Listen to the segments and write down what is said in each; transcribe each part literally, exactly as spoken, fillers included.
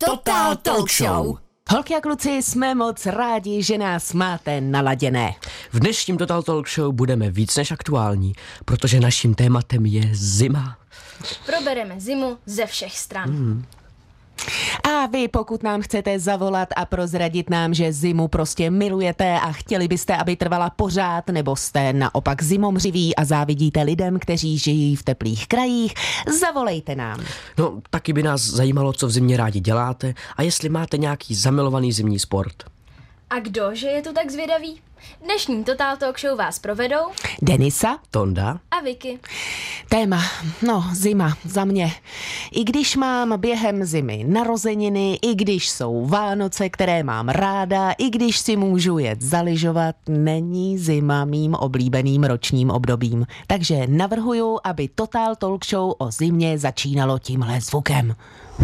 Total Talk Show. Holky a kluci, jsme moc rádi, že nás máte naladěné. V dnešním Total Talk Show budeme víc než aktuální, protože naším tématem je zima. Probereme zimu ze všech stran. Hmm. A vy, pokud nám chcete zavolat a prozradit nám, že zimu prostě milujete a chtěli byste, aby trvala pořád, nebo jste naopak zimomřiví a závidíte lidem, kteří žijí v teplých krajích, zavolejte nám. No, taky by nás zajímalo, co v zimě rádi děláte a jestli máte nějaký zamilovaný zimní sport. A kdo, že je tu tak zvědavý? Dnešní Total Talk Show vás provedou Denisa, Tonda a Vicky. Téma, no zima za mě. I když mám během zimy narozeniny, i když jsou Vánoce, které mám ráda, i když si můžu jet zaližovat, není zima mým oblíbeným ročním obdobím. Takže navrhuju, aby Total Talk Show o zimě začínalo tímhle zvukem.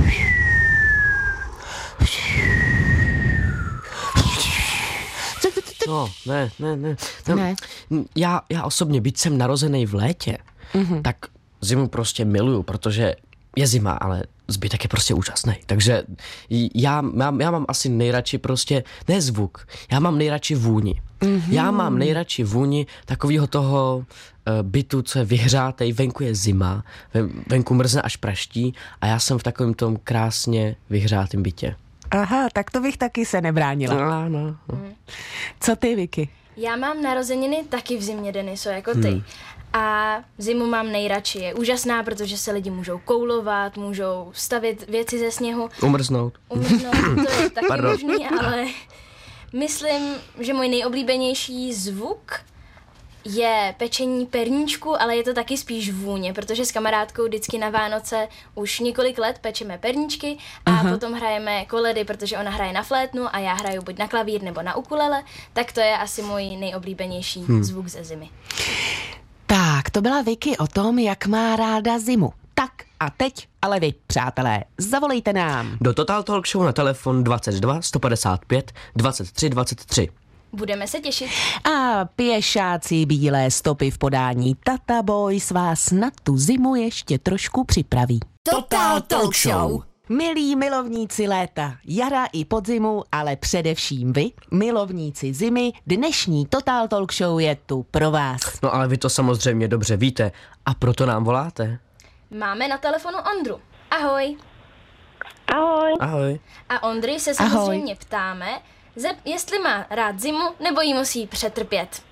No, ne, ne, ne. no, Ne. Já, já osobně, byť jsem narozený v létě, mm-hmm. tak zimu prostě miluju, protože je zima, ale zbytek je prostě úžasný. Takže já mám, já mám asi nejradši prostě, ne zvuk, já mám nejradši vůni. Mm-hmm. Já mám nejradši vůni takového toho uh, bytu, co je vyhřátej, venku je zima, venku mrzne až praští a já jsem v takovém tom krásně vyhřátém bytě. Aha, tak to bych taky se nebránila. No, no, no. Hmm. Co ty, Vicky? Já mám narozeniny taky v zimě, Deniso, jako ty. Hmm. A zimu mám nejradši. Je úžasná, protože se lidi můžou koulovat, můžou stavit věci ze sněhu. Umrznout. Umrznout, to je taky Pardon. možný, ale myslím, že můj nejoblíbenější zvuk je pečení perníčku, ale je to taky spíš vůně, protože s kamarádkou vždycky na Vánoce už několik let pečeme perníčky a Aha. potom hrajeme koledy, protože ona hraje na flétnu a já hraju buď na klavír nebo na ukulele, tak to je asi můj nejoblíbenější hmm. zvuk ze zimy. Tak, to byla Vicky o tom, jak má ráda zimu. Tak a teď, ale vy, přátelé, zavolejte nám. Do Total Talk Show na telefon dvacet dva sto padesát pět dvacet tři dvacet tři. Budeme se těšit. A pěšáci bílé stopy v podání Tata Boys vás na tu zimu ještě trošku připraví. Total Talk Show. Milí milovníci léta, jara i podzimu, ale především vy, milovníci zimy, dnešní Total Talk Show je tu pro vás. No ale vy to samozřejmě dobře víte a proto nám voláte. Máme na telefonu Ondru. Ahoj. Ahoj. Ahoj. A Ondry se Ahoj. samozřejmě ptáme, jestli má rád zimu, nebo ji musí přetrpět.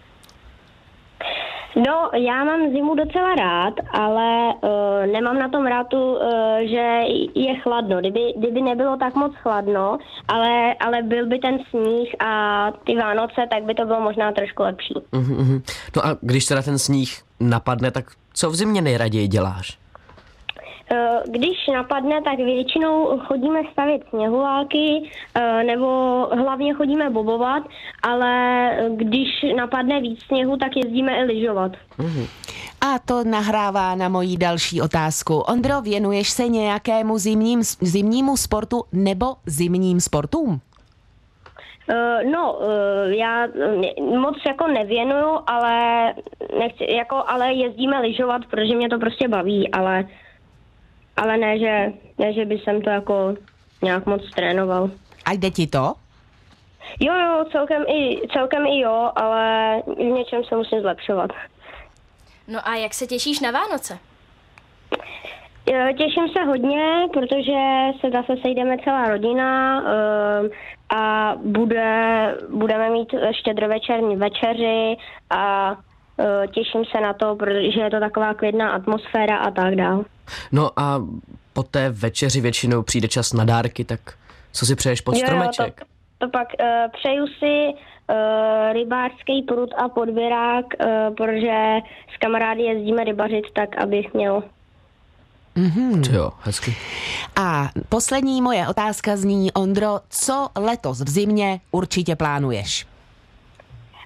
No, já mám zimu docela rád, ale uh, nemám na tom rád tu, uh, že je chladno. Kdyby, kdyby nebylo tak moc chladno, ale, ale byl by ten sníh a ty Vánoce, tak by to bylo možná trošku lepší. Uh-huh. No a když teda ten sníh napadne, tak co v zimě nejraději děláš? Když napadne, tak většinou chodíme stavět sněhuláky, nebo hlavně chodíme bobovat, ale když napadne víc sněhu, tak jezdíme i lyžovat. Uh-huh. A to nahrává na moji další otázku. Ondro, věnuješ se nějakému zimním, zimnímu sportu nebo zimním sportům? No, já moc jako nevěnuju, ale, nechci, jako, ale jezdíme lyžovat, protože mě to prostě baví, ale... Ale ne, že, ne, že by jsem to jako nějak moc trénoval. A jde ti to? Jo, jo, celkem i, celkem i jo, ale v něčem se musím zlepšovat. No a jak se těšíš na Vánoce? Těším se hodně, protože se zase sejdeme celá rodina a bude, budeme mít štědrovečerní večeři a těším se na to, protože je to taková klidná atmosféra a tak dál. No a po té večeři většinou přijde čas na dárky, tak co si přeješ pod stromeček? Jo, to, to pak uh, přeju si uh, rybářský prut a podběrák, uh, protože s kamarády jezdíme rybařit tak, abych měl. Mm-hmm. Jo, hezky. A poslední moje otázka zní, Ondro, co letos v zimě určitě plánuješ?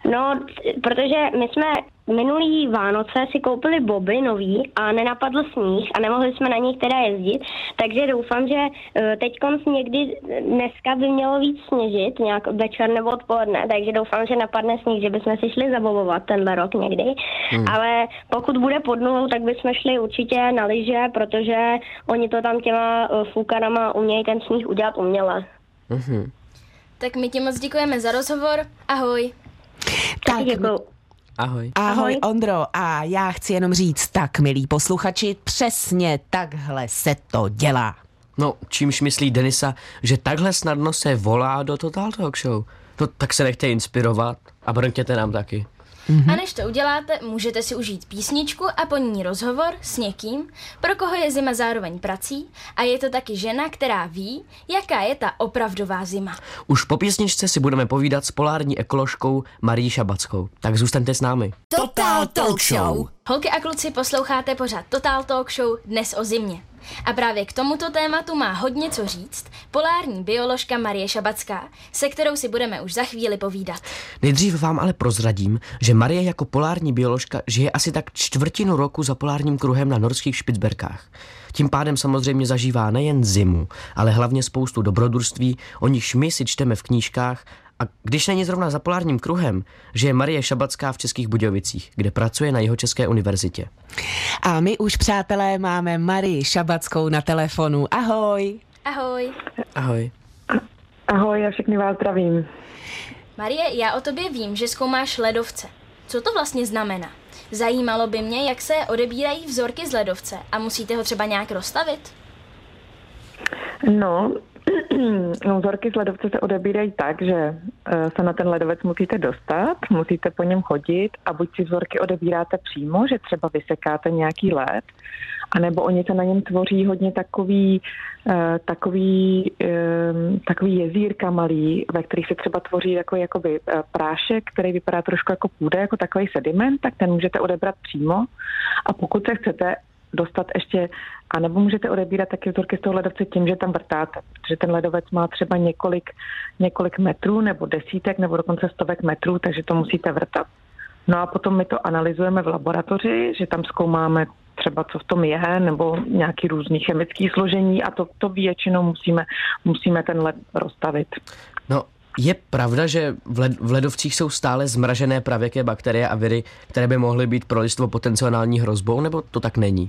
No, protože my jsme minulý Vánoce si koupili boby nový a nenapadl sníh a nemohli jsme na nich teda jezdit, takže doufám, že teďkonc někdy dneska by mělo víc sněžit, nějak večer nebo odpoledne, takže doufám, že napadne sníh, že bychom si šli zabobovat tenhle rok někdy, hmm. ale pokud bude pod nulou, tak bychom šli určitě na lyže, protože oni to tam těma foukanama umějí ten sníh udělat uměle. Mhm. Tak my ti moc děkujeme za rozhovor. Ahoj. Tak, Děkuju. Ahoj. ahoj Ondro, a já chci jenom říct, tak milí posluchači, přesně takhle se to dělá. No, čímž myslí Denisa, že takhle snadno se volá do Total Talk Show. No, tak se nechte inspirovat a brnkněte nám taky. Mm-hmm. A než to uděláte, můžete si užít písničku a po ní rozhovor s někým, pro koho je zima zároveň prací a je to taky žena, která ví, jaká je ta opravdová zima. Už po písničce si budeme povídat s polární ekoložkou Marií Šabackou. Tak zůstaňte s námi. Total Talk Show. Holky a kluci, posloucháte pořád Total Talk Show dnes o zimě. A právě k tomuto tématu má hodně co říct polární bioložka Marie Šabacká, se kterou si budeme už za chvíli povídat. Nejdřív vám ale prozradím, že Marie jako polární bioložka žije asi tak čtvrtinu roku za polárním kruhem na norských Špicberkách. Tím pádem samozřejmě zažívá nejen zimu, ale hlavně spoustu dobrodružství, o nichž my si čteme v knížkách. A když není zrovna za polárním kruhem, žije Marie Šabacká v Českých Budějovicích, kde pracuje na Jihočeské univerzitě. A my už, přátelé, máme Marii Šabackou na telefonu. Ahoj. Ahoj. Ahoj. Ahoj, já všechny vás zdravím. Marie, já o tobě vím, že zkoumáš ledovce. Co to vlastně znamená? Zajímalo by mě, jak se odebírají vzorky z ledovce a musíte ho třeba nějak rozstavit? No, no, vzorky z ledovce se odebírají tak, že se na ten ledovec musíte dostat, musíte po něm chodit a buď si vzorky odebíráte přímo, že třeba vysekáte nějaký led, anebo oni se na něm tvoří hodně takový, takový, takový jezírka malý, ve kterých se třeba tvoří takový jakoby prášek, který vypadá trošku jako půda, jako takový sediment, tak ten můžete odebrat přímo a pokud se chcete dostat ještě, a nebo můžete odebírat taky vzorky z toho ledovce tím, že tam vrtáte, protože ten ledovec má třeba několik, několik metrů nebo desítek nebo dokonce stovek metrů, takže to musíte vrtat. No a potom my to analyzujeme v laboratoři, že tam zkoumáme třeba co v tom je, nebo nějaký různý chemický složení a to, to většinou musíme, musíme ten led rozstavit. No, je pravda, že v, led, v ledovcích jsou stále zmražené pravěké bakterie a viry, které by mohly být pro lidstvo potenciální hrozbou, nebo to tak není?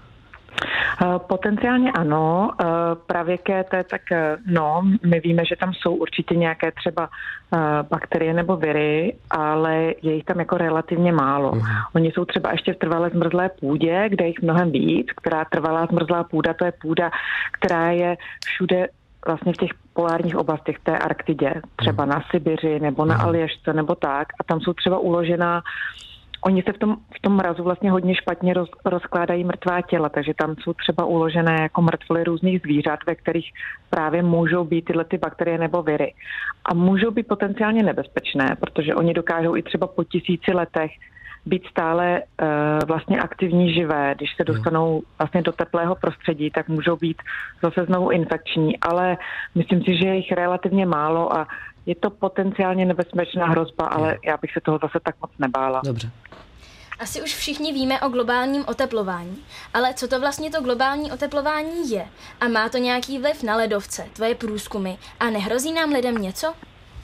Potenciálně ano, pravěké to je tak, no, my víme, že tam jsou určitě nějaké třeba bakterie nebo viry, ale je jich tam jako relativně málo. Uh. Oni jsou třeba ještě v trvalé zmrzlé půdě, kde jich mnohem víc, která trvalá zmrzlá půda, to je půda, která je všude vlastně v těch polárních oblastech, té Arktidě, třeba na Sibiři nebo na Aljašce nebo tak a tam jsou třeba uložená. Oni se v tom, v tom mrazu vlastně hodně špatně roz, rozkládají mrtvá těla, takže tam jsou třeba uložené jako mrtvoly různých zvířat, ve kterých právě můžou být tyhle ty bakterie nebo viry. A můžou být potenciálně nebezpečné, protože oni dokážou i třeba po tisíci letech být stále uh, vlastně aktivní živé. Když se dostanou vlastně do teplého prostředí, tak můžou být zase znovu infekční, ale myslím si, že je jich relativně málo a je to potenciálně nebezpečná hrozba, ale já bych se toho zase tak moc nebála. Dobře. Asi už všichni víme o globálním oteplování, ale co to vlastně to globální oteplování je? A má to nějaký vliv na ledovce, tvoje průzkumy? A nehrozí nám lidem něco?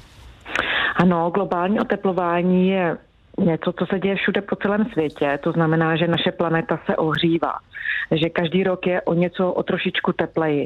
Ano, globální oteplování je něco, co se děje všude po celém světě. To znamená, že naše planeta se ohřívá. Že každý rok je o něco, o trošičku tepleji.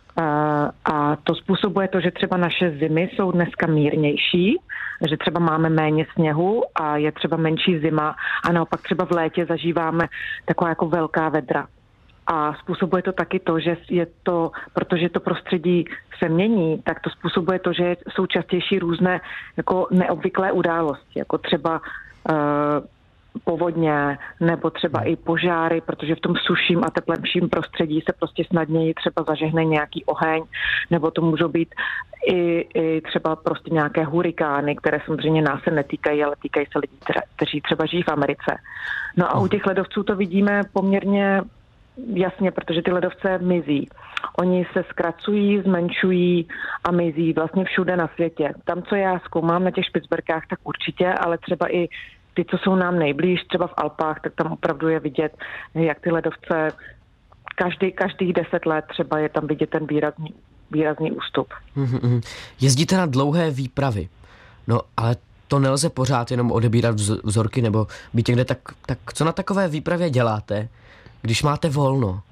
A to způsobuje to, že třeba naše zimy jsou dneska mírnější, že třeba máme méně sněhu a je třeba menší zima a naopak třeba v létě zažíváme taková jako velká vedra. A způsobuje to taky to, že je to, protože to prostředí se mění, tak to způsobuje to, že jsou častější různé jako neobvyklé události, jako třeba uh, povodně nebo třeba i požáry, protože v tom suším a teplemším prostředí se prostě snadněji třeba zažehne nějaký oheň, nebo to můžou být i, i třeba prostě nějaké hurikány, které samozřejmě nás se netýkají, ale týkají se lidí, kteří třeba žijí v Americe. No a u těch ledovců to vidíme poměrně jasně, protože ty ledovce mizí. Oni se zkracují, zmenšují a mizí vlastně všude na světě. Tam, co já zkoumám na těch Špicberkách, tak určitě, ale třeba i ty, co jsou nám nejblíž, třeba v Alpách, tak tam opravdu je vidět, jak ty ledovce každý, každých deset let třeba je tam vidět ten výrazný, výrazný ústup. Mm-hmm. Jezdíte na dlouhé výpravy, no ale to nelze pořád jenom odebírat vzorky nebo být někde, tak, tak co na takové výpravě děláte, když máte volno?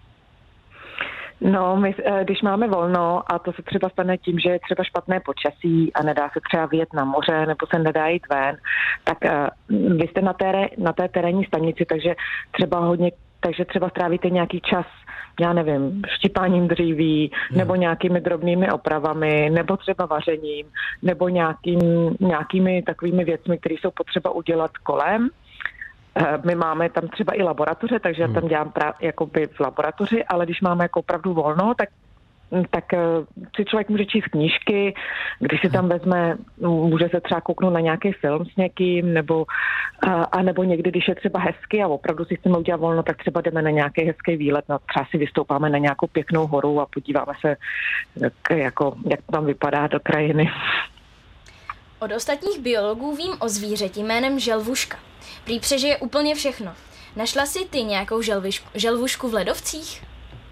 No, my, když máme volno a to se třeba stane tím, že je třeba špatné počasí a nedá se třeba vyjet na moře nebo se nedá jít ven, tak uh, vy jste na té, na té terénní stanici, takže třeba hodně, takže třeba strávíte nějaký čas, já nevím, štípáním dříví, hmm. nebo nějakými drobnými opravami, nebo třeba vařením, nebo nějakým, nějakými takovými věcmi, které jsou potřeba udělat kolem. My máme tam třeba i laboratoře, takže hmm. já tam dělám pra, jakoby v laboratoři, ale když máme jako opravdu volno, tak, tak si člověk může číst knížky, když si tam vezme, může se třeba kouknout na nějaký film s někým, nebo, a, a nebo někdy, když je třeba hezky a opravdu si chceme udělat volno, tak třeba jdeme na nějaký hezký výlet, no, třeba si vystoupáme na nějakou pěknou horu a podíváme se, jak, jako, jak to tam vypadá do krajiny. Od ostatních biologů vím o zvířeti jménem želvuška. Prý přežije úplně všechno. Našla jsi ty nějakou želvišku, želvušku v ledovcích?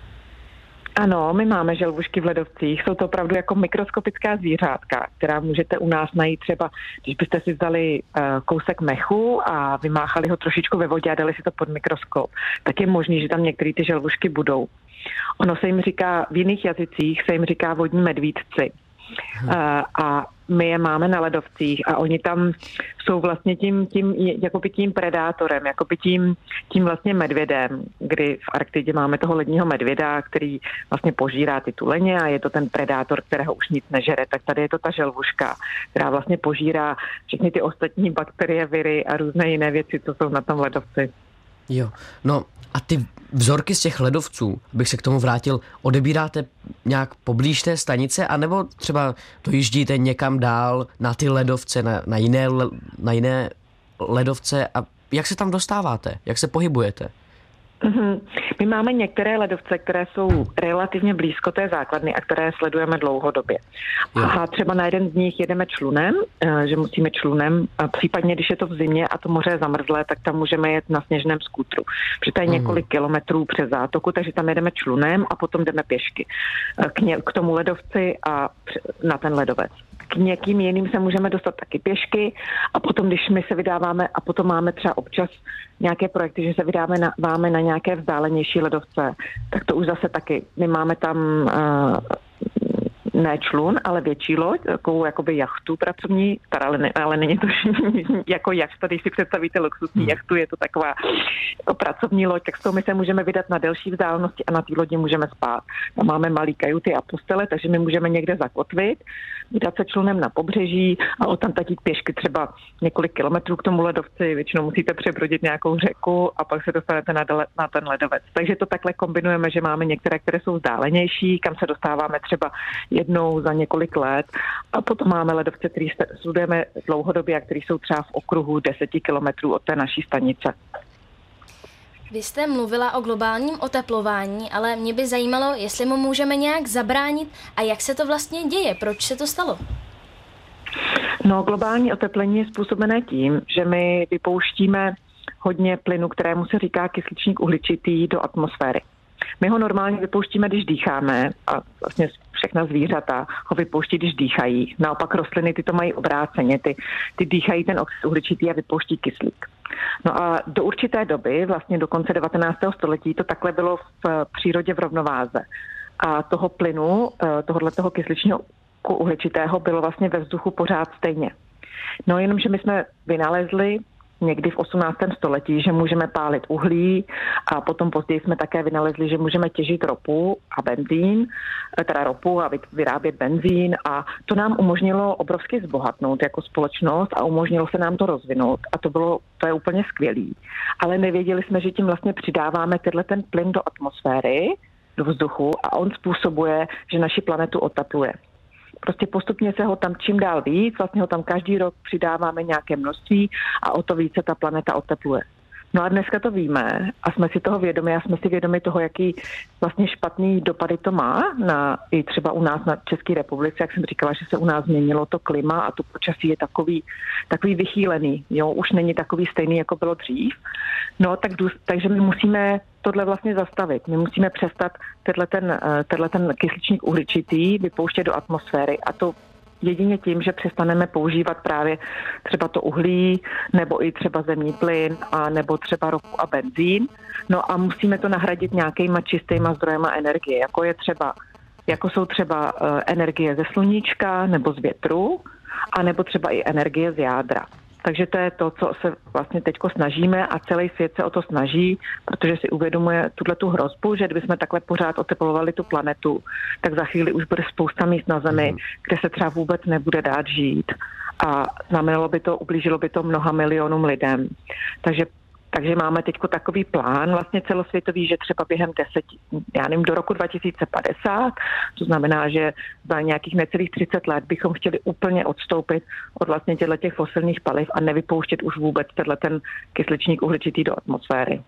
Ano, my máme želvušky v ledovcích. Jsou to opravdu jako mikroskopická zvířátka, která můžete u nás najít třeba, když byste si vzali uh, kousek mechu a vymáchali ho trošičku ve vodě a dali si to pod mikroskop, tak je možný, že tam některé ty želvušky budou. Ono se jim říká, v jiných jazycích se jim říká vodní medvídci. Uh, a my je máme na ledovcích a oni tam jsou vlastně tím, tím jakoby tím predátorem, jakoby tím, tím vlastně medvědem, kdy v Arktidě máme toho ledního medvěda, který vlastně požírá ty tuleně a je to ten predátor, kterého už nic nežere, tak tady je to ta želvuška, která vlastně požírá všechny ty ostatní bakterie, viry a různé jiné věci, co jsou na tom ledovci. Jo, no a ty vzorky z těch ledovců, bych se k tomu vrátil, odebíráte nějak poblíž té stanice, anebo třeba dojíždíte někam dál na ty ledovce, na, na, jiné, na jiné ledovce a jak se tam dostáváte, jak se pohybujete? Mm-hmm. My máme některé ledovce, které jsou relativně blízko té základny a které sledujeme dlouhodobě. Jo. A třeba na jeden z nich jedeme člunem, že musíme člunem, a případně když je to v zimě a to moře je zamrzlé, tak tam můžeme jet na sněžném skútru. Protože to je mm-hmm. několik kilometrů přes zátoku, takže tam jedeme člunem a potom jdeme pěšky k, ně, k tomu ledovci a na ten ledovec. K někým jiným se můžeme dostat taky pěšky a potom, když my se vydáváme a potom máme třeba občas nějaké projekty, že se vydáme na, máme na nějaké vzdálenější ledovce, tak to už zase taky. My máme tam uh, ne člun, ale větší loď, takovou jakoby jachtu pracovní, teda, ale, ne, ale není to jako jachta, když si představíte luxusní hmm. jachtu, je to taková pracovní loď, tak s tou my se můžeme vydat na delší vzdálenosti a na té lodi můžeme spát. Tam máme malý kajuty a postele, takže my můžeme někde zakotvit, vydat se člunem na pobřeží a odtam jít pěšky třeba několik kilometrů k tomu ledovci, většinou musíte přebrodit nějakou řeku a pak se dostanete na, dele, na ten ledovec. Takže to takhle kombinujeme, že máme některé, které jsou vzdálenější, kam se dostáváme třeba jednou za několik let a potom máme ledovce, který studujeme dlouhodobě a který jsou třeba v okruhu deseti kilometrů od té naší stanice. Vy jste mluvila o globálním oteplování, ale mě by zajímalo, jestli mu můžeme nějak zabránit a jak se to vlastně děje, proč se to stalo? No, globální oteplení je způsobené tím, že my vypouštíme hodně plynu, kterému se říká kysličník uhličitý, do atmosféry. My ho normálně vypouštíme, když dýcháme a vlastně všechna zvířata ho vypouští, když dýchají. Naopak rostliny ty to mají obráceně, ty, ty dýchají ten oxid uhličitý a vypouští kyslík. No a do určité doby, vlastně do konce devatenáctého století, to takhle bylo v přírodě v rovnováze. A toho plynu, tohoto kysličního uhličitého bylo vlastně ve vzduchu pořád stejně. No jenom, že my jsme vynalezli někdy v osmnáctém století, že můžeme pálit uhlí a potom později jsme také vynalezli, že můžeme těžit ropu a benzín, teda ropu a vyrábět benzín a to nám umožnilo obrovsky zbohatnout jako společnost a umožnilo se nám to rozvinout a to bylo, to je úplně skvělý. Ale nevěděli jsme, že tím vlastně přidáváme tenhle ten plyn do atmosféry, do vzduchu a on způsobuje, že naši planetu otepluje. Prostě postupně se ho tam čím dál víc, vlastně ho tam každý rok přidáváme nějaké množství a o to více ta planeta otepluje. No a dneska to víme a jsme si toho vědomi a jsme si vědomi toho, jaký vlastně špatný dopady to má na, i třeba u nás na České republice, jak jsem říkala, že se u nás změnilo to klima a to počasí je takový, takový vychýlený, jo, už není takový stejný, jako bylo dřív. No tak, takže my musíme tohle vlastně zastavit. My musíme přestat tenhle ten, tenhle ten kysličník uhličitý vypouštět do atmosféry a to jedině tím, že přestaneme používat právě třeba to uhlí, nebo i třeba zemní plyn, a nebo třeba ropu a benzín. No a musíme to nahradit nějakýma čistýma zdrojema energie, jako je třeba, jako jsou třeba uh, energie ze sluníčka nebo z větru, a nebo třeba i energie z jádra. Takže to je to, co se vlastně teďko snažíme a celý svět se o to snaží, protože si uvědomuje tuhletu hrozbu, že kdybychom takhle pořád oteplovali tu planetu, tak za chvíli už bude spousta míst na Zemi, mm. kde se třeba vůbec nebude dát žít a znamenalo by to, ublížilo by to mnoha milionům lidem. Takže Takže máme teď takový plán vlastně celosvětový, že třeba během deseti, já nevím, do roku dva tisíce padesát, to znamená, že za nějakých necelých třicet let bychom chtěli úplně odstoupit od vlastně těchto těch fosilních paliv a nevypouštět už vůbec tenhle ten kysličník uhličitý do atmosféry.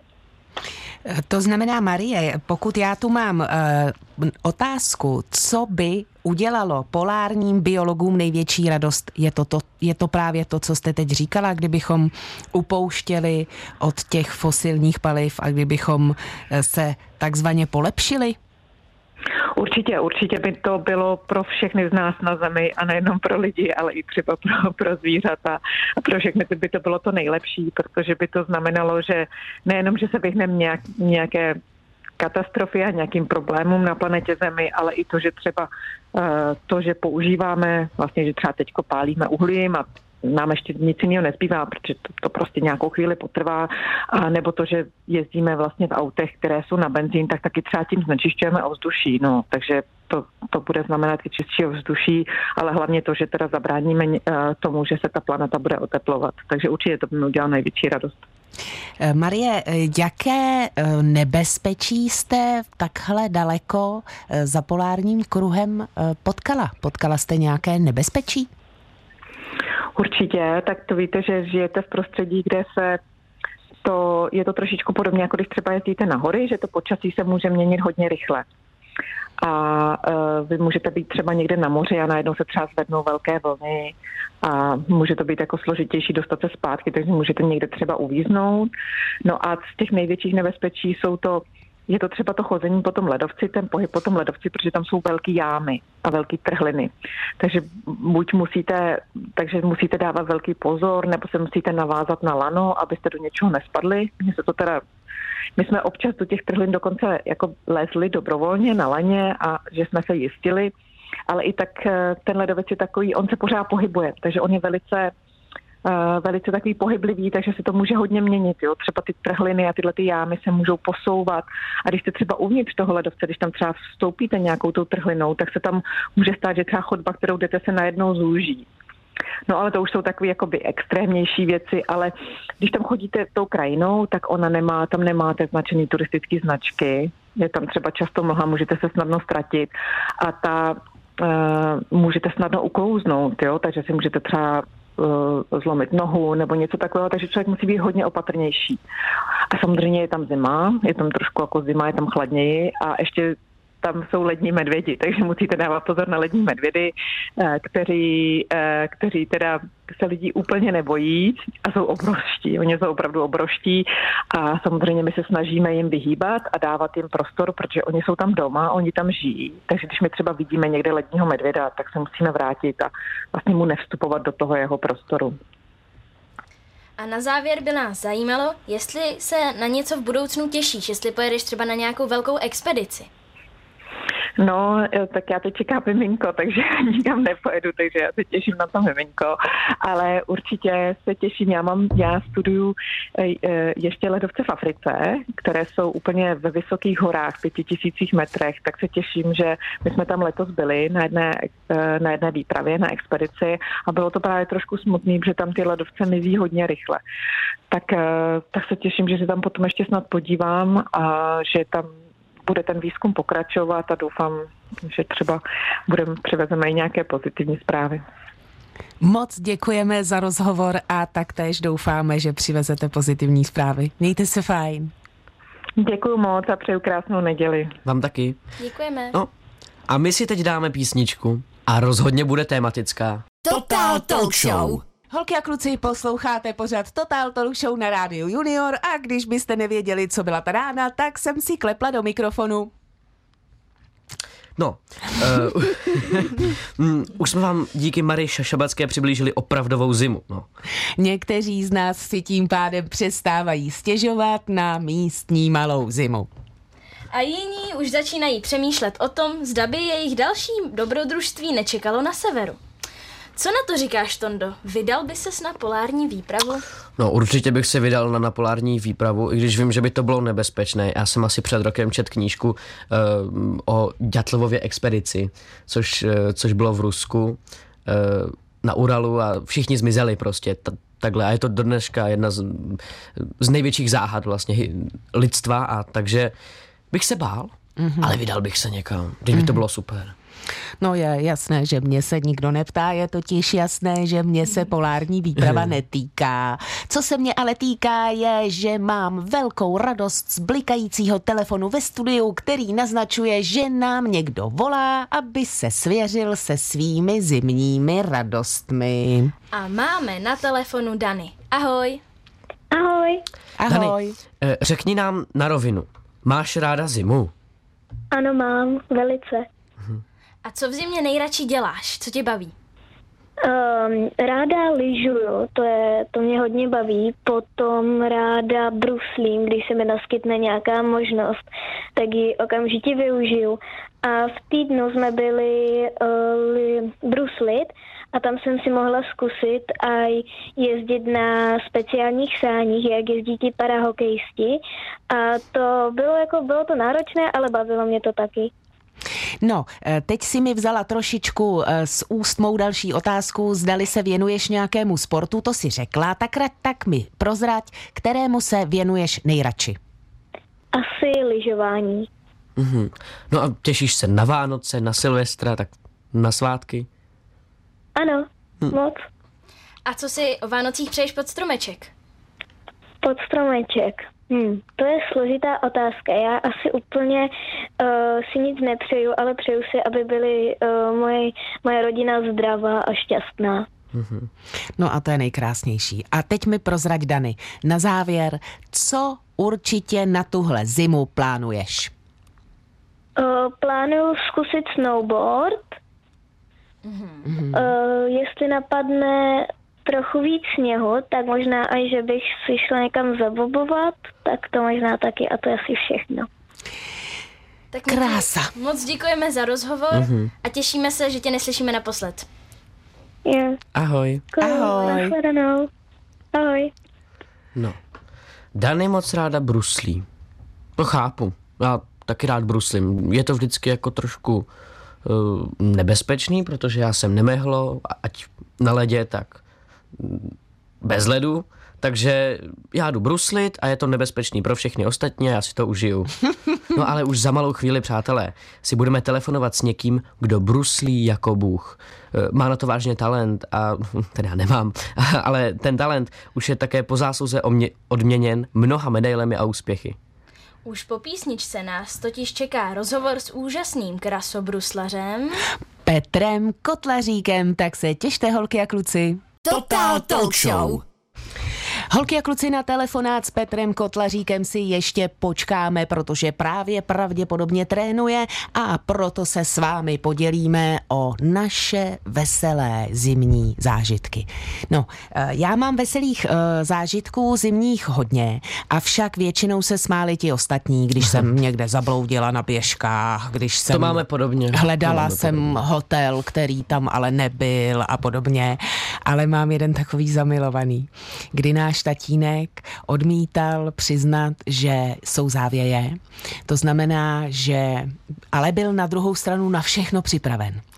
To znamená, Marie, pokud já tu mám uh, otázku, co by udělalo polárním biologům největší radost, je to, to, je to právě to, co jste teď říkala, kdybychom upouštěli od těch fosilních paliv a kdybychom se takzvaně polepšili? Určitě, určitě by to bylo pro všechny z nás na Zemi a nejenom pro lidi, ale i třeba pro, pro zvířata a pro všechny by to bylo to nejlepší, protože by to znamenalo, že nejenom, že se vyhneme nějak, nějaké katastrofy a nějakým problémům na planetě Zemi, ale i to, že třeba uh, to, že používáme, vlastně, že třeba teďko pálíme uhlím a nám ještě nic jiného nezbývá, protože to, to prostě nějakou chvíli potrvá, a nebo to, že jezdíme vlastně v autech, které jsou na benzín, tak taky třeba tím znečišťujeme ovzduší, no, takže to, to bude znamenat i čistší ovzduší, ale hlavně to, že teda zabráníme uh, tomu, že se ta planeta bude oteplovat, takže určitě to by mi udělalo největší radost. Marie, jaké nebezpečí jste takhle daleko za polárním kruhem potkala? Potkala jste nějaké nebezpečí? Určitě, tak to víte, že žijete v prostředí, kde se to, je to trošičku podobně, jako když třeba jezdíte na hory, že to počasí se může měnit hodně rychle. A uh, vy můžete být třeba někde na moři a najednou se třeba zvednou velké vlny a může to být jako složitější dostat se zpátky, takže můžete někde třeba uvíznout. No a z těch největších nebezpečí jsou to, je to třeba to chození po tom ledovci, ten pohyb po tom ledovci, protože tam jsou velký jámy a velký trhliny. Takže buď musíte, takže musíte dávat velký pozor, nebo se musíte navázat na lano, abyste do něčeho nespadli. Mně se to teda My jsme občas do těch trhlin dokonce jako lézli dobrovolně na laně a že jsme se jistili, ale i tak ten ledovec je takový, on se pořád pohybuje, takže on je velice, uh, velice takový pohyblivý, takže se to může hodně měnit. Jo? Třeba ty trhliny a tyhle ty jámy se můžou posouvat a když jste třeba uvnitř toho ledovce, když tam třeba vstoupíte nějakou tou trhlinou, tak se tam může stát, že třeba chodba, kterou jdete, se najednou zúží. No ale to už jsou takové jakoby extrémnější věci, ale když tam chodíte tou krajinou, tak ona nemá, tam nemáte značený turistické značky, je tam třeba často mlha, můžete se snadno ztratit a ta uh, můžete snadno uklouznout, jo, takže si můžete třeba uh, zlomit nohu nebo něco takového, takže člověk musí být hodně opatrnější. A samozřejmě je tam zima, je tam trošku jako zima, je tam chladněji a ještě tam jsou lední medvědi, takže musíte dávat pozor na lední medvědy, kteří, kteří teda se lidí úplně nebojí a jsou obrovští. Oni jsou opravdu obrovští a samozřejmě my se snažíme jim vyhýbat a dávat jim prostor, protože oni jsou tam doma, oni tam žijí. Takže když my třeba vidíme někde ledního medvěda, tak se musíme vrátit a vlastně mu nevstupovat do toho jeho prostoru. A na závěr by nás zajímalo, jestli se na něco v budoucnu těšíš, jestli pojedeš třeba na nějakou velkou expedici. No, tak já teď čekám miminko, takže nikam nepojedu, takže já se těším na to miminko, ale určitě se těším, já mám, já studuju ještě ledovce v Africe, které jsou úplně ve vysokých horách, pěti tisících metrech, tak se těším, že my jsme tam letos byli na jedné, na jedné výpravě, na expedici a bylo to právě trošku smutný, protože tam ty ledovce mizí hodně rychle. Tak, tak se těším, že se tam potom ještě snad podívám a že tam bude ten výzkum pokračovat a doufám, že třeba budeme přivezeme i nějaké pozitivní zprávy. Moc děkujeme za rozhovor a taktéž doufáme, že přivezete pozitivní zprávy. Mějte se fajn. Děkuju moc a přeju krásnou neděli. Vám taky. Děkujeme. No, a my si teď dáme písničku a rozhodně bude tematická. Total Talk Show. Holky a kluci, posloucháte pořád Total Talk Show na Rádiu Junior a když byste nevěděli, co byla ta rána, tak jsem si klepla do mikrofonu. No, uh, už jsme vám díky Marii Šašabacké přiblížili opravdovou zimu. No. Někteří z nás si tím pádem přestávají stěžovat na místní malou zimu. A jiní už začínají přemýšlet o tom, zda by jejich další dobrodružství nečekalo na severu. Co na to říkáš, Tondo? Vydal by ses na polární výpravu? No, určitě bych se vydal na, na polární výpravu, i když vím, že by to bylo nebezpečné. Já jsem asi před rokem četl knížku uh, o Ďatlovově expedici, což, uh, což bylo v Rusku, uh, na Uralu a všichni zmizeli prostě t- takhle. A je to do dneška jedna z, z největších záhad vlastně lidstva, a takže bych se bál, mm-hmm. ale vydal bych se někam, když by to bylo super. No je jasné, že mě se nikdo neptá, je totiž jasné, že mě se polární výprava netýká. Co se mě ale týká je, že mám velkou radost z blikajícího telefonu ve studiu, který naznačuje, že nám někdo volá, aby se svěřil se svými zimními radostmi. A máme na telefonu Dany. Ahoj. Ahoj. Ahoj. Dani, řekni nám na rovinu, máš ráda zimu? Ano, mám, velice. A co v zimě nejradši děláš? Co tě baví? Um, ráda lyžuju, to, je, to mě hodně baví. Potom ráda bruslím, když se mi naskytne nějaká možnost, tak ji okamžitě využiju. A v týdnu jsme byli uh, bruslit a tam jsem si mohla zkusit a jezdit na speciálních sáních, jak jezdí ti parahokejisti. A to bylo, jako, bylo to náročné, ale bavilo mě to taky. No, teď si mi vzala trošičku z úst mou další otázku, zdali se věnuješ nějakému sportu, to si řekla, tak, tak mi prozrať, kterému se věnuješ nejradši. Asi lyžování. Mhm. No a těšíš se na Vánoce, na Silvestra, tak na svátky? Ano, hm. moc. A co si o Vánocích přeješ pod stromeček? Pod stromeček. Hmm, to je složitá otázka. Já asi úplně uh, si nic nepřeju, ale přeju si, aby byly uh, moje, moje rodina zdravá a šťastná. Mm-hmm. No a to je nejkrásnější. A teď mi prozrať, Dany, na závěr, co určitě na tuhle zimu plánuješ? Uh, plánuju zkusit snowboard. Mm-hmm. Uh, jestli napadne trochu víc sněhu, tak možná i, že bych si šla někam zabobovat, tak to možná taky a to je asi všechno. Tak krása. Moc děkujeme za rozhovor mm-hmm. a těšíme se, že tě neslyšíme naposled. Yeah. Ahoj. Cool. Ahoj. Nashledanou. Ahoj. No, Dany moc ráda bruslí. To chápu. Já taky rád bruslím. Je to vždycky jako trošku uh, nebezpečný, protože já jsem nemehlo, ať na ledě, tak bez ledu, takže já jdu bruslit a je to nebezpečný pro všechny ostatní a já si to užiju. No ale už za malou chvíli, přátelé, si budeme telefonovat s někým, kdo bruslí jako bůh. Má na to vážně talent a teda nemám, ale ten talent už je také po zásluze odměněn mnoha medailemi a úspěchy. Už po písničce nás totiž čeká rozhovor s úžasným krasobruslařem Petrem Kotlaříkem, tak se těšte, holky a kluci. Total Talk Show. Holky a kluci, na telefonát s Petrem Kotlaříkem si ještě počkáme, protože právě pravděpodobně trénuje a proto se s vámi podělíme o naše veselé zimní zážitky. No, já mám veselých uh, zážitků zimních hodně, avšak většinou se smáli ti ostatní, když jsem někde zabloudila na běžkách, když jsem to máme podobně. hledala máme jsem podobně. hotel, který tam ale nebyl a podobně, ale mám jeden takový zamilovaný, kdy náš tatínek odmítal přiznat, že jsou závěje. To znamená, že ale byl na druhou stranu na všechno připraven.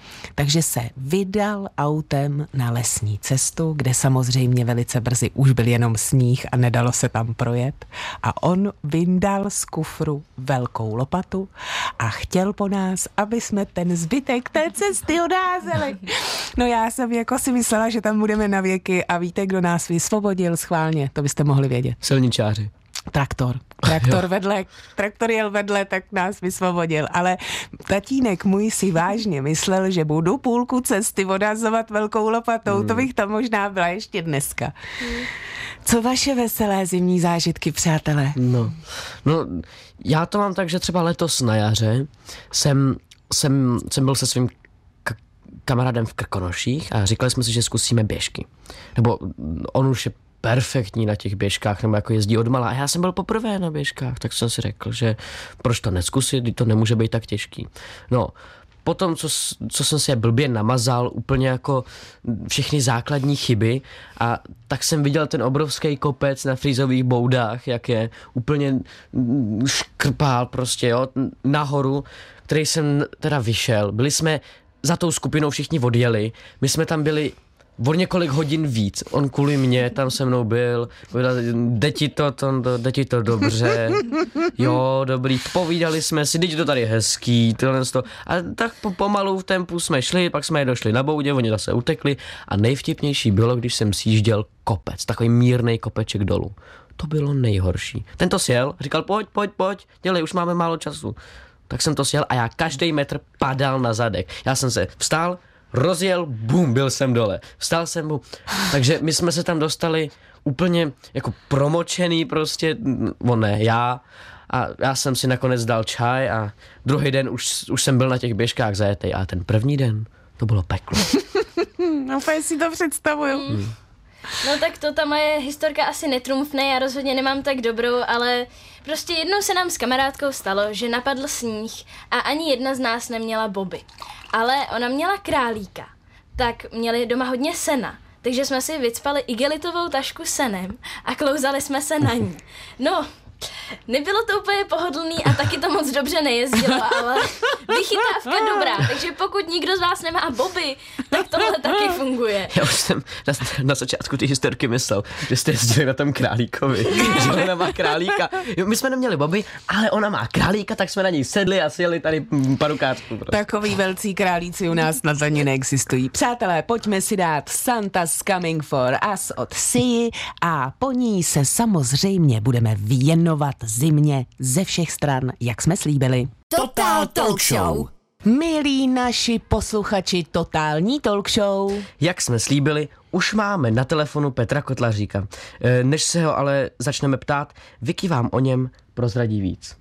Takže se vydal autem na lesní cestu, kde samozřejmě velice brzy už byl jenom sníh a nedalo se tam projet. A on vyndal z kufru velkou lopatu a chtěl po nás, aby jsme ten zbytek té cesty odházeli. No já jsem jako si myslela, že tam budeme na věky a víte, kdo nás vysvobodil schválně, to byste mohli vědět. Silničáři. Traktor. Traktor vedle, traktor jel vedle, tak nás vysvobodil. Ale tatínek můj si vážně myslel, že budu půlku cesty odhazovat velkou lopatou. Hmm. To bych tam možná byla ještě dneska. Hmm. Co vaše veselé zimní zážitky, přátelé? No, no, já to mám tak, že třeba letos na jaře jsem, jsem, jsem byl se svým k- kamarádem v Krkonoších a říkali jsme si, že zkusíme běžky. Nebo on už je perfektní na těch běžkách, nebo jako jezdí odmala. A já jsem byl poprvé na běžkách, tak jsem si řekl, že proč to neskusit, to nemůže být tak těžký. No, potom, co, co jsem si je blbě namazal, úplně jako všechny základní chyby a tak jsem viděl ten obrovský kopec na frýzových boudách, jak je úplně škrpál prostě, jo, nahoru, který jsem teda vyšel. Byli jsme za tou skupinou všichni odjeli, my jsme tam byli o několik hodin víc. On kvůli mě tam se mnou byl, jde ti to, to, jde ti to dobře, jo, dobrý, povídali jsme si, teď to tady hezký, tohle to. A tak po, pomalu v tempu jsme šli, pak jsme je došli na boudě, oni zase utekli a nejvtipnější bylo, když jsem sjížděl kopec, takový mírnej kopeček dolů. To bylo nejhorší. Ten to sjel, říkal, pojď, pojď, pojď, dělej, už máme málo času. Tak jsem to sjel a já každý metr padal na zadek. Já jsem se vstál, rozjel, bum, byl jsem dole. Vstal jsem mu. Takže my jsme se tam dostali úplně jako promočený prostě, on ne, já. A já jsem si nakonec dal čaj a druhý den už, už jsem byl na těch běžkách zajetej. A ten první den, to bylo peklo. No, úplně si to představuju. Hmm. No tak to ta moje historka asi netrumfne, já rozhodně nemám tak dobrou, ale prostě jednou se nám s kamarádkou stalo, že napadl sníh a ani jedna z nás neměla boby. Ale ona měla králíka, tak měli doma hodně sena, takže jsme si vycpali igelitovou tašku senem a klouzali jsme se na ní. No, nebylo to úplně pohodlný a taky to moc dobře nejezdilo, ale vychytávka dobrá, takže pokud nikdo z vás nemá boby, tak tohle taky funguje. Já už jsem na, na začátku ty historky myslel, že jste jezdili na tom králíkovi, že ona má králíka. Jo, my jsme neměli boby, ale ona má králíka, tak jsme na něj sedli a sjeli tady parukářku. Prostě. Takový velcí králíci u nás na Zlani neexistují. Přátelé, pojďme si dát Santa's Coming for Us od Sia a po ní se samozřejmě budeme věnovat zimě ze všech stran, jak jsme slíbili. Total Talk Show. Milí naši posluchači Totální Talk Show. Jak jsme slíbili, už máme na telefonu Petra Kotlaříka. Než se ho ale začneme ptát, Vicky vám o něm prozradí víc.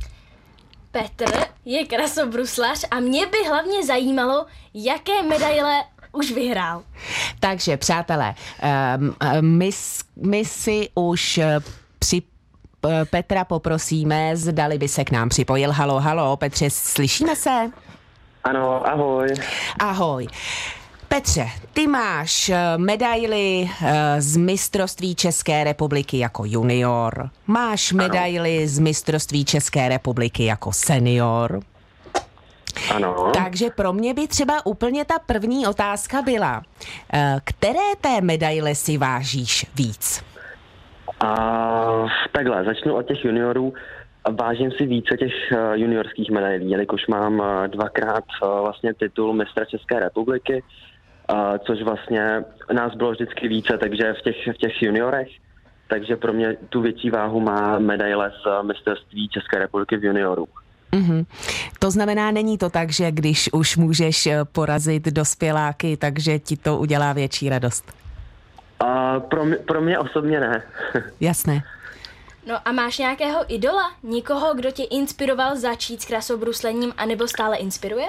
Petr je krasobruslař a mě by hlavně zajímalo, jaké medaile už vyhrál. Takže přátelé, um, my, my si už při Petra poprosíme, zdali by se k nám připojil. Halo, halo, Petře, slyšíme se? Ano, ahoj. Ahoj. Petře, ty máš medaili z mistrovství České republiky jako junior, máš medaili ano. z mistrovství České republiky jako senior. Ano. Takže pro mě by třeba úplně ta první otázka byla, které té medaile si vážíš víc? A takhle, začnu od těch juniorů. Vážím si více těch juniorských medailí, jelikož mám dvakrát vlastně titul mistra České republiky, což vlastně nás bylo vždycky více, takže v těch, v těch juniorech. Takže pro mě tu větší váhu má medaile z mistrovství České republiky v juniorů. Mm-hmm. To znamená, není to tak, že když už můžeš porazit dospěláky, takže ti to udělá větší radost? Uh, pro, mě, pro mě osobně ne. Jasné. No a máš nějakého idola? Nikoho, kdo tě inspiroval začít s krasobruslením anebo stále inspiruje?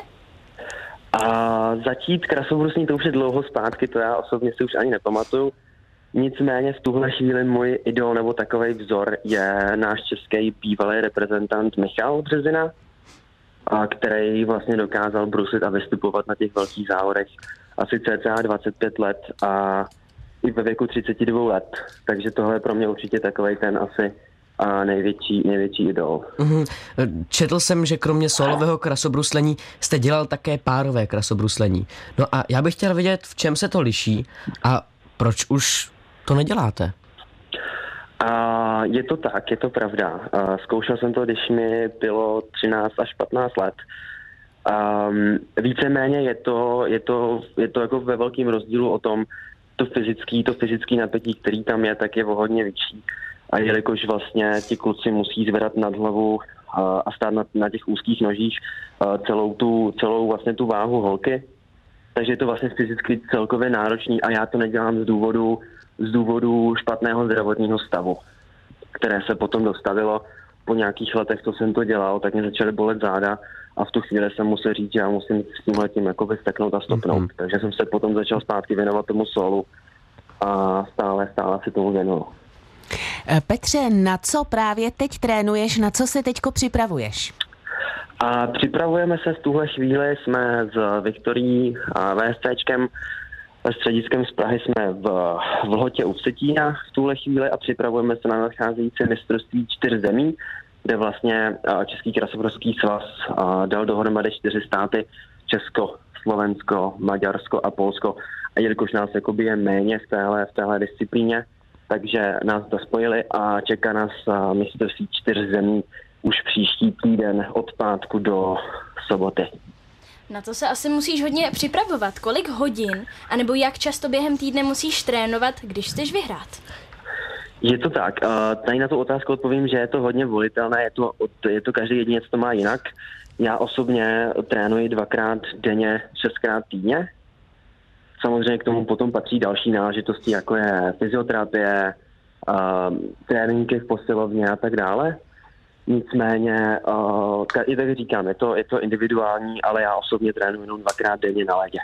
Uh, začít krasobruslení to už je dlouho zpátky, to já osobně si už ani nepamatuju. Nicméně v tuhle chvíli můj idol nebo takovej vzor je náš český bývalý reprezentant Michal Březina, a který vlastně dokázal bruslit a vystupovat na těch velkých závodech asi cca dvacet pět let a i ve věku třicet dva let. Takže tohle je pro mě určitě takovej ten asi a největší, největší idol. Mm-hmm. Četl jsem, že kromě solového krasobruslení jste dělal také párové krasobruslení. No a já bych chtěl vědět, v čem se to liší a proč už to neděláte? A je to tak, je to pravda. A zkoušel jsem to, když mi bylo třináct až patnáct let. Um, víceméně je to, je to, je to jako ve velkém rozdílu o tom, to fyzický, to fyzický napětí, který tam je, tak je o hodně větší. A jelikož vlastně ti kluci musí zvedat nad hlavu a, a stát na, na těch úzkých nožích a celou tu, celou vlastně tu váhu holky, takže je to vlastně fyzicky celkově náročný a já to nedělám z důvodu, z důvodu špatného zdravotního stavu, které se potom dostavilo. Po nějakých letech, co jsem to dělal, tak mě začaly bolet záda a v tu chvíli jsem musel říct, že já musím s tímhletím jakoby steknout a stopnout. Mm-hmm. Takže jsem se potom začal zpátky věnovat tomu solu a stále, stále si tomu věnuju. Petře, na co právě teď trénuješ, na co se teďko připravuješ? A připravujeme se v tuhle chvíli, jsme s Viktorií a VSCčkem, střediskem z Prahy jsme v, v Lhotě u Vsetína v tuhle chvíli a připravujeme se na nadcházející mistrovství čtyř zemí, kde vlastně Český krasobruslení svaz dal dohromady čtyři státy, Česko, Slovensko, Maďarsko a Polsko. A jelikož nás jakoby je méně v téhle, v téhle disciplíně, takže nás to spojili a čeká nás mistrovství čtyř zemí už příští týden od pátku do soboty. Na to se asi musíš hodně připravovat. Kolik hodin, anebo jak často během týdne musíš trénovat, když chceš vyhrát? Je to tak. Tady na tu otázku odpovím, že je to hodně volitelné, je to, je to každý jedinec to má jinak. Já osobně trénuji dvakrát denně, šestkrát týdně. Samozřejmě k tomu potom patří další náležitosti, jako je fyzioterapie, tréninky v posilovně a tak dále. Nicméně, i tak říkám, je to, je to individuální, ale já osobně trénuji jenom dvakrát denně na ledě.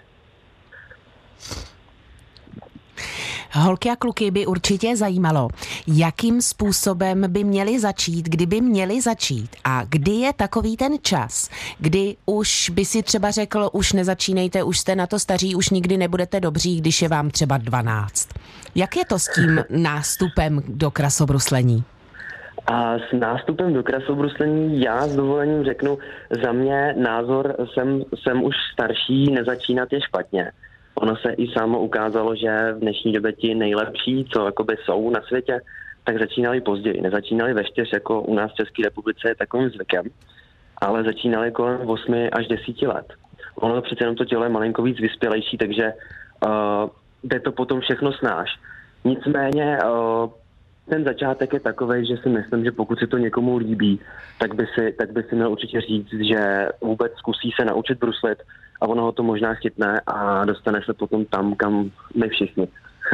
Holky a kluky by určitě zajímalo, jakým způsobem by měli začít, kdyby měli začít a kdy je takový ten čas, kdy už by si třeba řekl, už nezačínejte, už jste na to staří, už nikdy nebudete dobří, když je vám třeba dvanáct. Jak je to s tím nástupem do krasobruslení? A s nástupem do krasobruslení já s dovolením řeknu, za mě názor, jsem, jsem už starší, nezačínat je špatně. Ono se i samo ukázalo, že v dnešní době ti nejlepší, co jakoby jsou na světě, tak začínali později. Nezačínali ve čtyř, jako u nás v České republice je takovým zvykem, ale začínali kolem osmi až deseti let. Ono to přece jenom to tělo je malinko víc vyspělejší, takže uh, jde to potom všechno snáš. Nicméně uh, ten začátek je takovej, že si myslím, že pokud se to někomu líbí, tak by si, tak by si měl určitě říct, že vůbec zkusí se naučit bruslit a ono ho to možná chytne a dostane se potom tam, kam my všichni.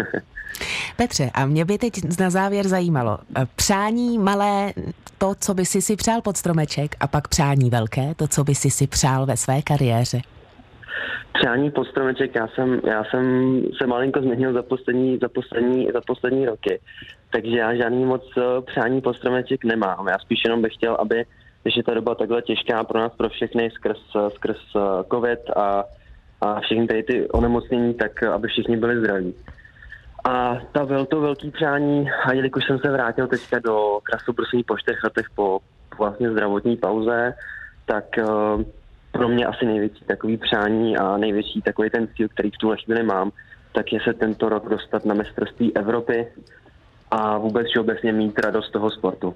Petře, a mě by teď na závěr zajímalo, přání malé, to, co by si si přál pod stromeček, a pak přání velké, to, co by si si přál ve své kariéře. Přání pod stromeček, já jsem, já jsem se malinko změnil za poslední, za poslední, za poslední roky, takže já žádný moc přání pod stromeček nemám. Já spíš jenom bych chtěl, aby, když je ta doba takhle těžká pro nás, pro všechny skrz, skrz covid a, a všechny tady ty onemocnění, tak aby všichni byli zdraví. A ta vel, to velký přání, a jelikož jsem se vrátil teďka do krasobruslení po čtyřech letech po, po vlastně zdravotní pauze, tak uh, pro mě asi největší takový přání a největší takový ten cíl, který v tuhle chvíli mám, tak je se tento rok dostat na mistrovství Evropy a vůbec všeobecně mít radost toho sportu.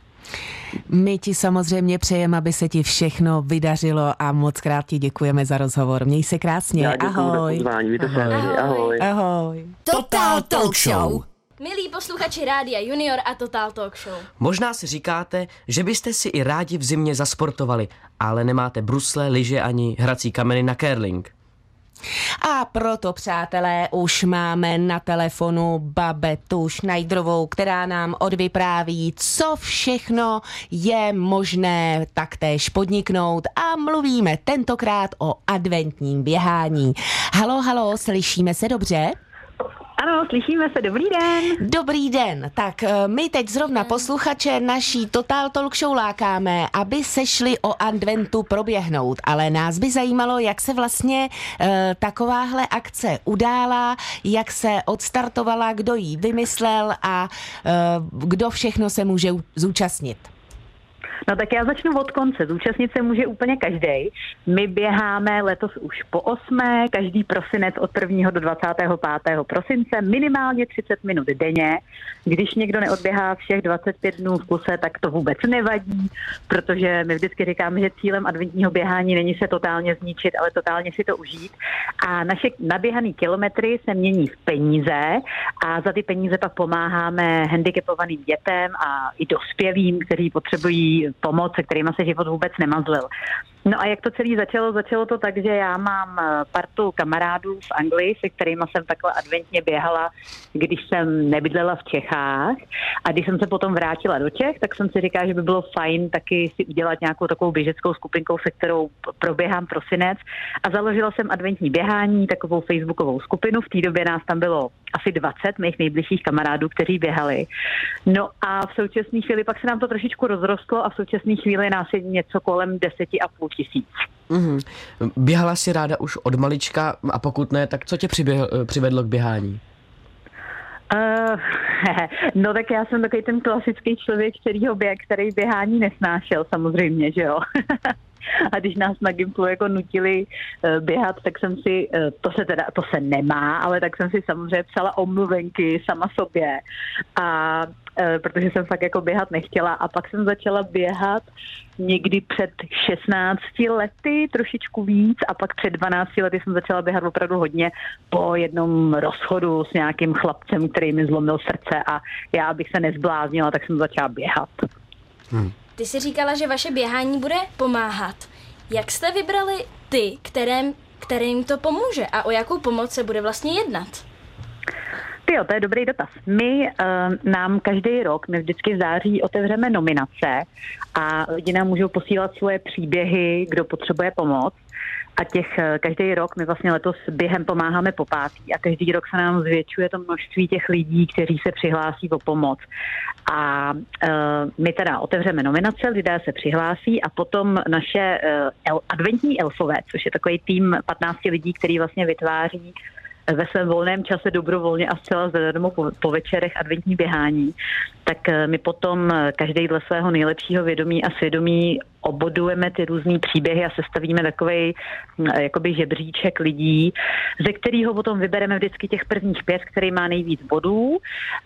My ti samozřejmě přejeme, aby se ti všechno vydařilo a moc krát ti děkujeme za rozhovor. Měj se krásně. Já děkuju ahoj. za pozvání. Ahoj. Ahoj. Ahoj. Total Talk Show. Milí posluchači Rádia Junior a Total Talk Show. Možná si říkáte, že byste si i rádi v zimě zasportovali, ale nemáte brusle, lyže ani hrací kameny na curling. A proto, přátelé, už máme na telefonu Babetu Šnajdrovou, která nám odvypráví, co všechno je možné taktéž podniknout, a mluvíme tentokrát o adventním běhání. Halo, halo, slyšíme se dobře? Ano, slyšíme se, dobrý den. Dobrý den, tak my teď zrovna posluchače naší Total Talk Show lákáme, aby se šli o adventu proběhnout, ale nás by zajímalo, jak se vlastně uh, takováhle akce udála, jak se odstartovala, kdo ji vymyslel a uh, kdo všechno se může zúčastnit. No tak já začnu od konce. Zúčastnit se může úplně každý. My běháme letos už po osmé, každý prosinec od prvního do dvacátého pátého prosince, minimálně třicet minut denně. Když někdo neodběhá všech dvacet pět dnů v kuse, tak to vůbec nevadí, protože my vždycky říkáme, že cílem adventního běhání není se totálně zničit, ale totálně si to užít. A naše naběhané kilometry se mění v peníze a za ty peníze pak pomáháme handicapovaným dětem a i dospělým, kteří potřebují pomoc, se kterýma se život vůbec nemazlil. No a jak to celé začalo? Začalo to tak, že já mám partu kamarádů v Anglii, se kterými jsem takhle adventně běhala, když jsem nebydlela v Čechách. A když jsem se potom vrátila do Čech, tak jsem si říkala, že by bylo fajn taky si udělat nějakou takovou běžeckou skupinkou, se kterou proběhám prosinec. A založila jsem adventní běhání, takovou facebookovou skupinu. V té době nás tam bylo asi dvacet mých nejbližších kamarádů, kteří běhali. No a v současné chvíli pak se nám to trošičku rozrostlo a v současné chvíli nás je něco kolem deseti a půl tisíc. Mm-hmm. Běhala jsi ráda už od malička a pokud ne, tak co tě přiběhl, přivedlo k běhání? Uh, no tak já jsem takový ten klasický člověk, kterýho běh, který běhání nesnášel samozřejmě, že jo. A když nás na Gimplu jako nutili uh, běhat, tak jsem si, uh, to se teda, to se nemá, ale tak jsem si samozřejmě psala omluvenky sama sobě. A uh, protože jsem fakt jako běhat nechtěla a pak jsem začala běhat někdy před šestnácti lety, trošičku víc, a pak před dvanácti lety jsem začala běhat opravdu hodně po jednom rozchodu s nějakým chlapcem, který mi zlomil srdce a já, abych se nezbláznila, tak jsem začala běhat. Hmm. Ty jsi říkala, že vaše běhání bude pomáhat. Jak jste vybrali ty, kterým, kterým to pomůže a o jakou pomoc se bude vlastně jednat? Tyjo, to je dobrý dotaz. My uh, nám každý rok, my vždycky v září otevřeme nominace a lidi nám můžou posílat svoje příběhy, kdo potřebuje pomoc. A těch každý rok, my vlastně letos během pomáháme po pátý a každý rok se nám zvětšuje to množství těch lidí, kteří se přihlásí o pomoc. A uh, my teda otevřeme nominace, lidé se přihlásí a potom naše uh, el, adventní elfové, což je takový tým patnácti lidí, který vlastně vytváří ve svém volném čase dobrovolně a zcela zadarmo po, po večerech adventní běhání, tak my potom každý dle svého nejlepšího vědomí a svědomí obodujeme ty různý příběhy a sestavíme takovej jakoby žebříček lidí, ze kterého potom vybereme vždycky těch prvních pět, který má nejvíc bodů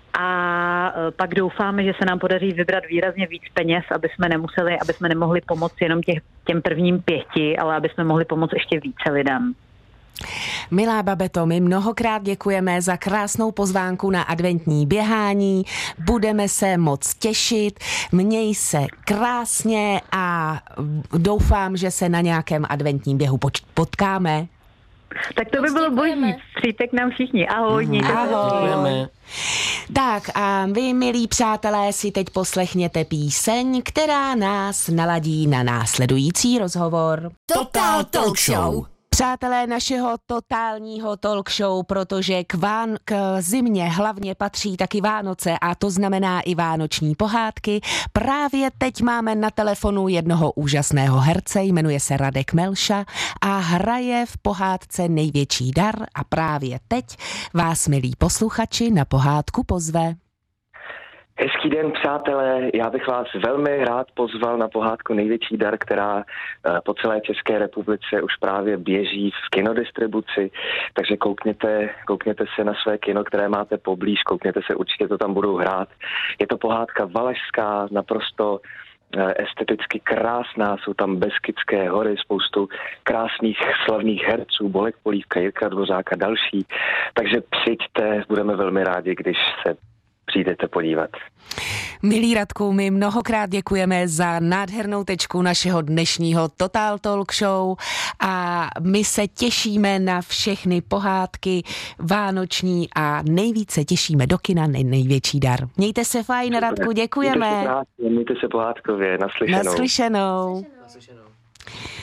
a pak doufáme, že se nám podaří vybrat výrazně víc peněz, aby jsme nemuseli, aby jsme nemohli pomoct jenom těch, těm prvním pěti, ale aby jsme mohli pomoct ještě více lidem. Milá Babeto, my mnohokrát děkujeme za krásnou pozvánku na adventní běhání. Budeme se moc těšit. Měj se krásně a doufám, že se na nějakém adventním běhu potkáme. Tak to by bylo boží. Přijďte k nám všichni. Ahoj. Mm, ahoj. Tak a vy, milí přátelé, si teď poslechněte píseň, která nás naladí na následující rozhovor. Total Talk Show. Přátelé našeho totálního talk show, protože k, ván, k zimě hlavně patří taky Vánoce a to znamená i vánoční pohádky. Právě teď máme na telefonu jednoho úžasného herce, jmenuje se Radek Melša a hraje v pohádce Největší dar a právě teď vás, milí posluchači, na pohádku pozve. Hezký den, přátelé, já bych vás velmi rád pozval na pohádku Největší dar, která po celé České republice už právě běží v kinodistribuci, takže koukněte, koukněte se na své kino, které máte poblíž, koukněte se, určitě to tam budou hrát. Je to pohádka valašská, naprosto esteticky krásná, jsou tam Beskydské hory, spoustu krásných slavných herců, Bolek Polívka, Jirka Dvořák a další, takže přijďte, budeme velmi rádi, když se přijdete podívat. Milý Radku, my mnohokrát děkujeme za nádhernou tečku našeho dnešního Total Talk Show a my se těšíme na všechny pohádky vánoční a nejvíce těšíme do kina nej, Největší dar. Mějte se fajn, Radku, děkujeme. Mějte se, mějte se pohádkově, naslyšenou. Naslyšenou. naslyšenou.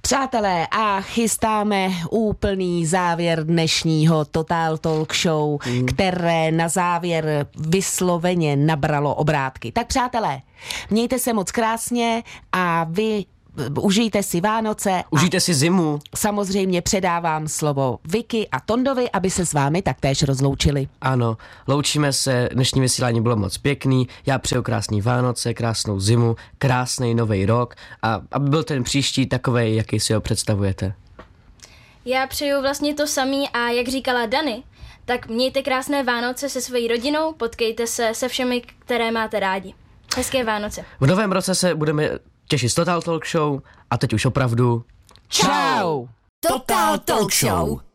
Přátelé, a chystáme úplný závěr dnešního Total Talk Show, mm. které na závěr vysloveně nabralo obrátky. Tak přátelé, mějte se moc krásně a vy užijte si Vánoce. Užijte si zimu. Samozřejmě předávám slovo Vicky a Tondovi, aby se s vámi taktéž rozloučili. Ano, loučíme se, dnešní vysílání bylo moc pěkný, já přeju krásný Vánoce, krásnou zimu, krásný nový rok a aby byl ten příští takovej, jaký si ho představujete. Já přeju vlastně to samý a jak říkala Dani, tak mějte krásné Vánoce se svojí rodinou, potkejte se se všemi, které máte rádi. Hezké Vánoce. V novém roce se budeme těšit z Total Talk Show a teď už opravdu čau! Total Talk Show.